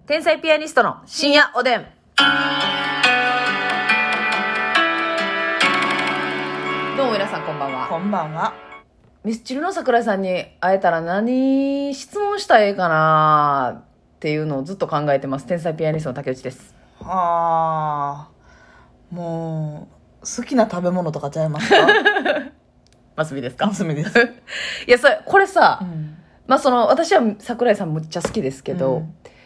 天才ピアニストの深夜おでん。どうも皆さんこんばんは。 こんばんは。 ミスチルの桜井さんに会えたら何質問したらええかなっていうのをずっと考えてます。天才ピアニストの竹内です。 もう好きな食べ物とかちゃいますか？ マスミですか？ マスミです。 いやこれさ、 うん、 私は桜井さんむっちゃ好きですけど、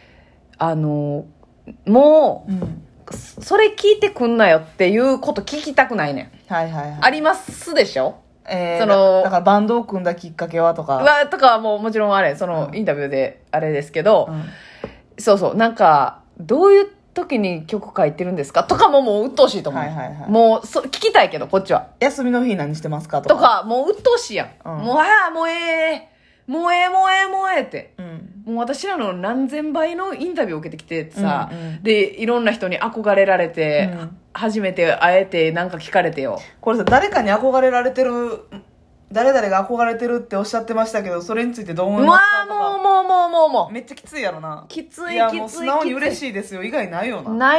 もう、それ聞いてくんなよっていうこと聞きたくないねん。 はいはいはい。 ありますでしょ？ だからバンドを組んだきっかけはとかとかはもちろんあれ、インタビューであれですけど、そうそう、なんか、どういう時に曲書いてるんですかとかもう鬱陶しいと思う。 はいはいはい、 もう聞きたいけど、こっちは。 休みの日何してますかとか、もう鬱陶しいやん。もうもうええって。もう私らの何千倍のインタビューを受けてきてさ、で、いろんな人に憧れられて、初めて会えてなんか聞かれてよ。 これさ、誰かに憧れられてる、誰々が憧れてるっておっしゃってましたけど、それについてどう思いますかとか。 もう。 めっちゃきついやろな。 きつい。 いや、もう素直に嬉しいですよ。以外ないよな。 ない。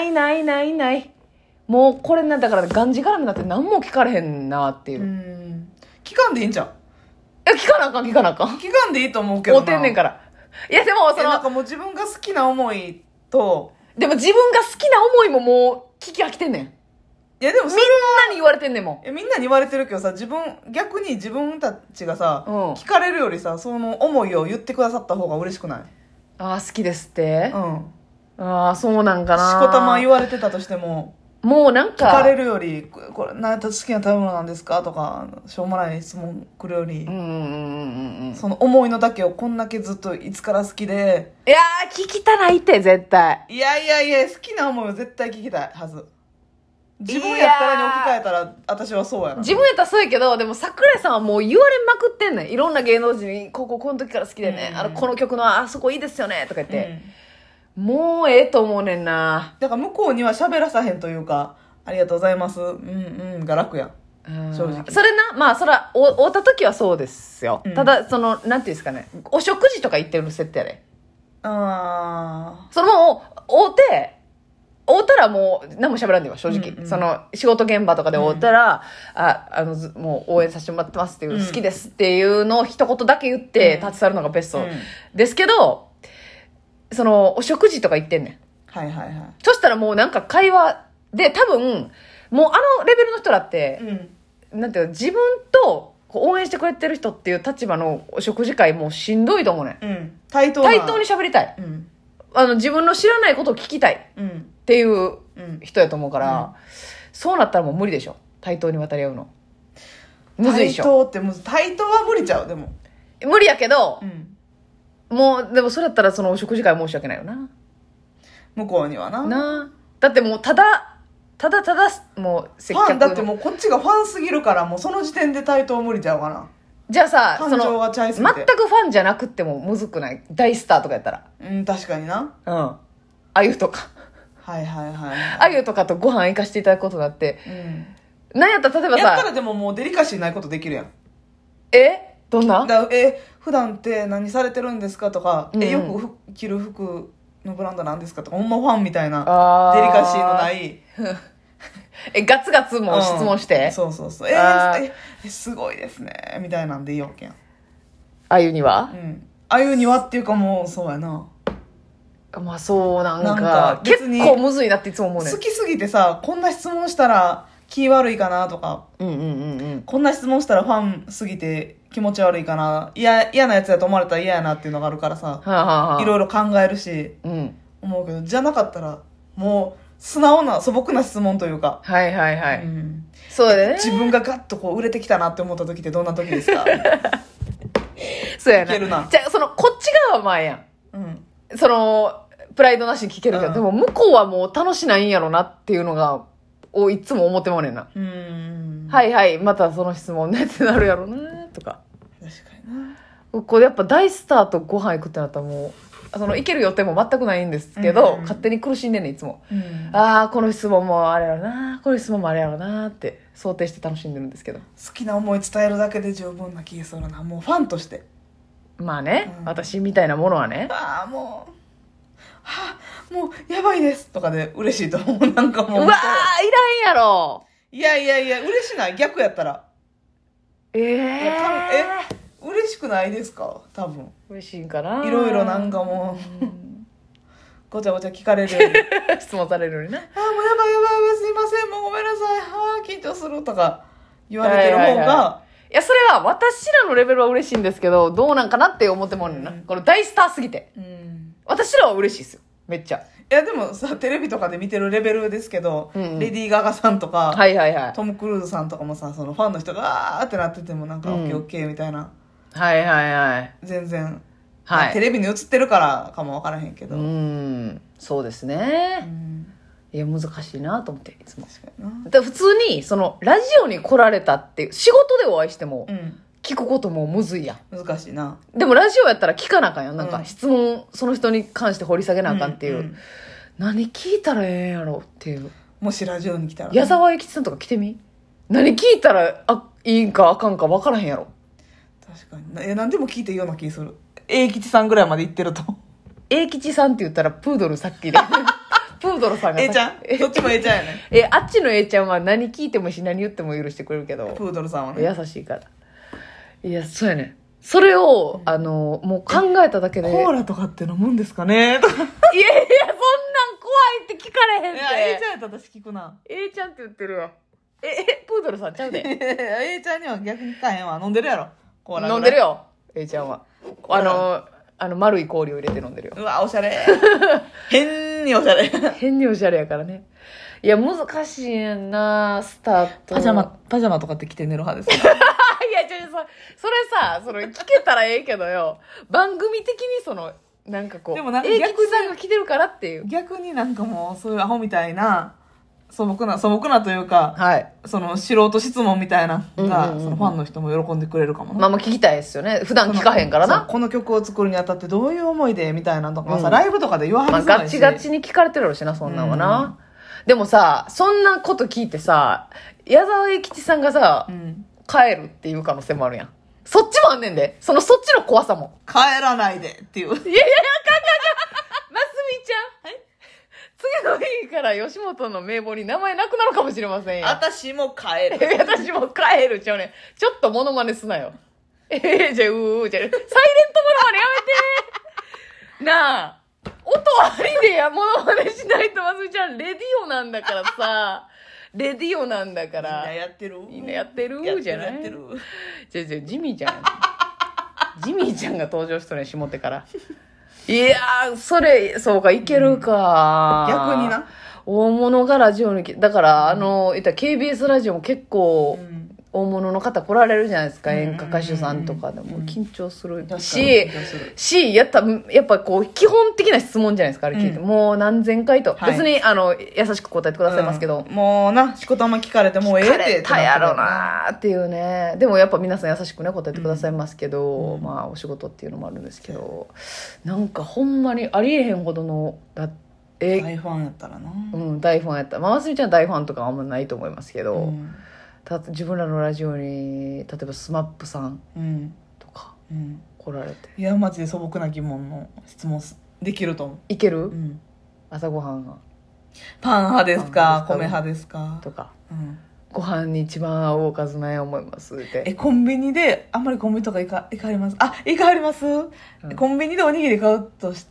もうこれな、だからがんじがらめになって何も聞かれへんなっていう。 聞かんでいいんちゃう？ 聞かなあかん。 聞かんでいいと思うけどな。 会うてんねんから。いやでもなんかもう自分が好きな思いと、 でも自分が好きな思いももう聞き飽きてんねん。 いやでもみんなに言われてんねんもん。 みんなに言われてるけどさ、逆に自分たちがさ、聞かれるよりさ、その思いを言ってくださった方が嬉しくない？ ああ、好きですって。 ああ、そうなんかな。 しこたま言われてたとしても、 もうなんか聞かれるより、これ何好きな食べ物なんですかとか、しょうもない質問来るより、その思いのだけをこんだけずっといつから好きで、 いやー、聞きたないって、絶対。 いや、好きな思いを絶対聞きたいはず。自分やったらに置き換えたら私はそうやな。 自分やったらそうやけど、でも桜井さんはもう言われまくってんねん。いろんな芸能人にこの時から好きでね、この曲のあそこいいですよねとか言って、もうええと思うねんな。 だから向こうには喋らさへんというか、ありがとうございますが楽やん、正直。 それな、それは会った時はそうですよ、ただなんていうんですかね、お食事とか行ってる設定やで。もう会うたらもう何も喋らんでよ正直、その仕事現場とかで会うたら、もう応援させてもらってますっていう、好きですっていうのを一言だけ言って立ち去るのがベスト、ですけど、そのお食事とか行ってんねん。そしたらもうなんか会話で多分もうレベルの人だって、なんていうの、自分と応援してくれてる人っていう立場のお食事会もうしんどいと思うねん。対等に喋りたい、自分の知らないことを聞きたいっていう人やと思うから、そうなったらもう無理でしょ、対等に渡り合うの。むずいでしょ。 対等は無理ちゃう。でも無理やけど、もうでもそれやったらそのお食事会申し訳ないよな、 向こうにはな。 だってもうただもう接客のだってもうこっちがファンすぎるから、もうその時点で対等無理ちゃうかな。 じゃあさ、 感情がちゃいすぎて全くファンじゃなくてもむずくない？大スターとかやったら。 確かにな。 あゆとかあゆとかとご飯行かせていただくことになって、なんやったら例えばさ、 やったらでももうデリカシーないことできるやん。 どんな？ 普段って何されてるんですかとか、よく着る服のブランドなんですかとか、ほんまファンみたいなデリカシーのないガツガツも質問して、 そうすごいですねみたいなんでいいわけやん。 あゆにはあゆにはっていうか、もうそうやな。 そうなんか結構むずいなっていつも思うね。 好きすぎてさ、こんな質問したら気悪いかなとか、こんな質問したらファンすぎて気持ち悪いかな、嫌なやつやと思われたら嫌やなっていうのがあるからさ、いろいろ考えるし、思うけど、じゃなかったらもう素直な素朴な質問というか、 そうだね。 自分がガッとこう売れてきたなって思った時ってどんな時ですか？ そうやな。 聞けるな。 じゃあこっち側は前やん、そのプライドなしに聞けるけど、でも向こうはもう楽しないんやろなっていうのがいつも思ってもねんな。またその質問ねってなるやろなとか。 確かにな。 これやっぱ大スターとご飯行くってなったらもう行ける予定も全くないんですけど、勝手に苦しんでんねんいつも、この質問もあれやろな、この質問もあれやろなって想定して楽しんでるんですけど、 好きな思い伝えるだけで十分な気がするな、もうファンとして。 私みたいなものはね。 もうもうやばいですとかで嬉しいと思う。なんかもう。 うわー、いらんやろ。 いや、嬉しない。逆やったら。いや嬉しくないですか多分。 嬉しいんかな。 いろいろなんかもう、ごちゃごちゃ聞かれるより。 質問されるよりね。 もうやばい、すいません、もうごめんなさい。緊張するとか言われてる方が、 いや、それは私らのレベルは嬉しいんですけど、どうなんかなって思ってもらうねんな。この大スターすぎて。私らは嬉しいですよ。めっちゃ。 いや、でもさ、テレビとかで見てるレベルですけど、レディー・ガガさんとか、トム・クルーズさんとかもさ、そのファンの人がってなっててもなんか、オッケーオッケーみたいな。全然。テレビに映ってるからかもわからへんけど。 そうですね。いや、難しいなと思って、いつも。 確かにな。 だから普通に、ラジオに来られたって、仕事でお会いしても、聞くこともむずいやん。 難しいな。 でもラジオやったら聞かなあかんやん。なんか質問、その人に関して掘り下げなあかんっていう。何聞いたらええんやろっていう。 もしラジオに来たら、 矢沢永吉さんとか来てみ。何聞いたらいいんかあかんか分からへんやろ。 確かに。何でも聞いていいような気する。永吉さんぐらいまで行ってると。 永吉さんって言ったらプードルさっきで。プードルさんが。 ちゃんどっちもちゃんやね。 あっちのちゃんは何聞いてもし何言っても許してくれるけど。 プードルさんはね。 優しいから。いや、そうやね。それを、もう考えただけで。 コーラとかって飲むんですかねとか。いや、 そんなん怖いって聞かれへんって。 いや、ちゃんやったら私聞くな。 ちゃんって言ってるわ。プードルさんちゃうで。 ちゃんには逆に聞かへんわ。飲んでるやろ。コーラ。 飲んでるよ。ちゃんは。丸い氷を入れて飲んでるよ。 うわ、おしゃれ。変におしゃれ。 変におしゃれやからね。いや、難しいやんな、スタート。 パジャマとかって着て寝る派ですか？ いや、それさ、聞けたらええけどよ。番組的になんかこう、 でもなんか永吉さんが来てるからっていう。 逆になんかもう、そういうアホみたいな、素朴なというか、素人質問みたいなのが、ファンの人も喜んでくれるかもな。 まあ聞きたいですよね。普段聞かへんからな。 この曲を作るにあたってどういう思いでみたいなのとかさ、ライブとかで言わはるガチガチに聞かれてるやろしな、そんなんはな。でもさ、そんなこと聞いてさ、矢沢永吉さんがさ、帰るっていう可能性もあるやん。そっちもあんねんで。そっちの怖さも。 帰らないでっていう。いや、 ますみちゃん。次の日から吉本の名簿に名前なくなるかもしれませんよ。 私も帰る。 私も帰るちゃうね。ちょっとモノマネすなよ。じゃあ、サイレントモノマネやめて。なあ。音ありでモノマネしないと、ますみちゃん、レディオなんだからさ。レディオなんだから。 みんなやってるじゃない。やってる。ジミーちゃん。ジミーちゃんが登場しとるね、下手から。いやー、そうか、いけるか。 逆にな。 大物がラジオにだから、KBS ラジオも結構、大物の方来られるじゃないですか。演歌歌手さんとかでも緊張するし、やっぱこう、基本的な質問じゃないですか、あれ聞いて。もう何千回と。別に、優しく答えてくださいますけど。 もうな、しこたま聞かれてもうええって。 たやろなーっていうね。でもやっぱ皆さん優しくね、答えてくださいますけど、まあ、お仕事っていうのもあるんですけど、なんかほんまにありえへんほどの、 大ファンやったらな。 大ファンやったら。まあ、ますみちゃん大ファンとかあんまないと思いますけど、自分らのラジオに例えばスマップさんとか来られて、 いやマジで素朴な疑問の質問できると思う。 いける？朝ごはんがパン派ですか米派ですかとか、ご飯に一番合うおかずない思いますって。 コンビニであんまりコンビニとか行かはります？行かはります、コンビニでおにぎり買うとして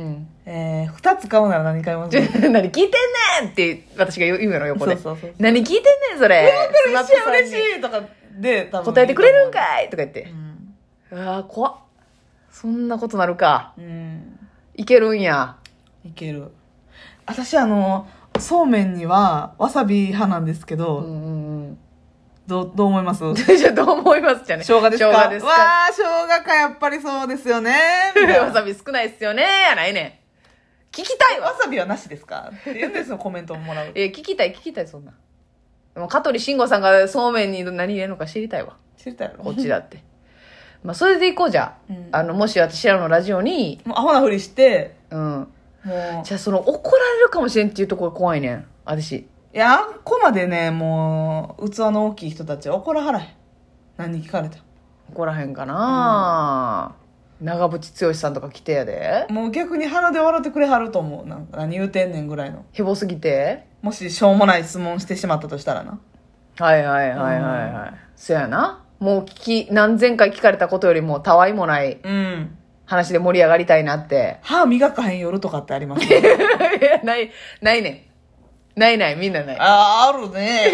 、2つ買うなら何買います？ 何聞いてんねんって私が言うの横で。何聞いてんねんそれ。 嬉しいとかで多分答えてくれるんかいとか言って。怖っ。そんなことなるか。いけるんや。 いける。私そうめんにはわさび派なんですけど、どう思います？ じゃあどう思いますじゃね。 生姜ですか？ 生姜ですか？ わー、生姜か、やっぱりそうですよね。 わさび少ないっすよね。やないねん。聞きたいわ。 わさびはなしですかって言うんですよ、コメントもらう。 聞きたい、そんな。でも香取慎吾さんがそうめんに何入れるのか知りたいわ。 知りたいやろ。 こっちだって。まあ、それでいこうじゃあ。もし私らのラジオに。 もうアホなふりして、 もう。じゃあ怒られるかもしれんっていうところが怖いねん。私。 いや、あっこまでね、もう、器の大きい人たちは怒らはらへん。何聞かれた？ 怒らへんかな、 長渕剛さんとか来てやで。 もう逆に鼻で笑ってくれはると思う。なんか何言うてんねんぐらいの。 ヘボすぎて。 もししょうもない質問してしまったとしたらな。 はいはいはいはいはい。そやな。もう何千回聞かれたことよりもたわいもない話で盛り上がりたいなって。 歯磨かへん夜とかってありますいや、ないねん。ない、みんなない。 あるね。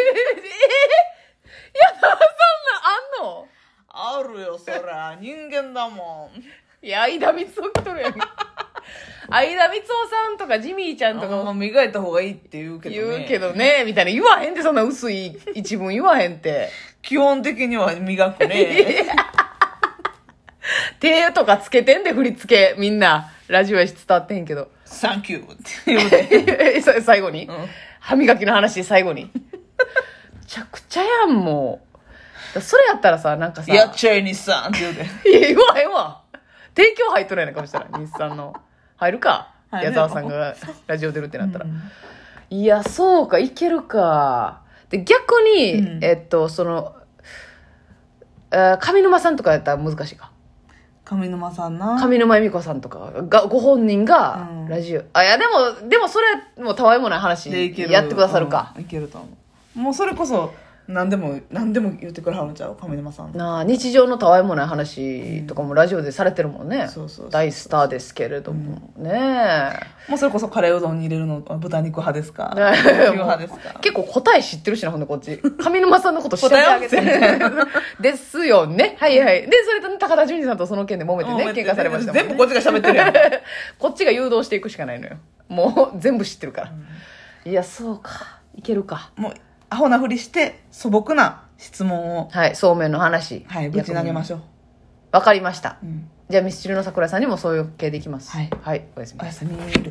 そんなんあんの？ あるよ、そら。人間だもん。いや、相田光夫来とるやん。相田光夫さんとかジミーちゃんとかも磨いた方がいいって言うけどね。 言うけどね、みたいな。言わへんって、そんな薄い一文言わへんって。 基本的には磨くね。 手とかつけてんで、振り付け。みんな。ラジオやし伝わってへんけど。 サンキューって言うて。 最後に、歯磨きの話、最後に。めちゃくちゃやん、もう。それやったらさ、なんかさ。 やっちゃい日産って言うて。 いや、言わへんわ。提供入っとるやないかもしれない。日産の。入るか。矢沢さんがラジオ出るってなったら。いや、そうか、いけるか。で、逆に、その、上沼さんとかやったら難しいか。 上沼さんな。 上沼恵美子さんとかが、ご本人が、ラジオ。いや、でもそれ、もうたわいもない話、やってくださるか。 いけると思う。もうそれこそ、何でも言ってくれはるんちゃう上沼さん。 なあ、日常のたわいもない話とかもラジオでされてるもんね。 そう大スターですけれども。ねもうそれこそカレーうどんに入れるの豚肉派ですか？牛派ですか？ 結構答え知ってるしな、ほんでこっち。上沼さんのこと知ってあげて。ですよね。はいはい。で、それと高田純次さんとその件で揉めてね、喧嘩されましたもんね。 全部こっちが喋ってるやん。 こっちが誘導していくしかないのよ。もう全部知ってるから。いや、そうか。いけるか。 もう、アホなふりして素朴な質問を。 はい、そうめんの話。 はい、ぶち投げましょう。 わかりました。じゃあ、ミスチルの桜井さんにもそういう系でいきます。 はい。 はい、おやすみ。 おやすみ。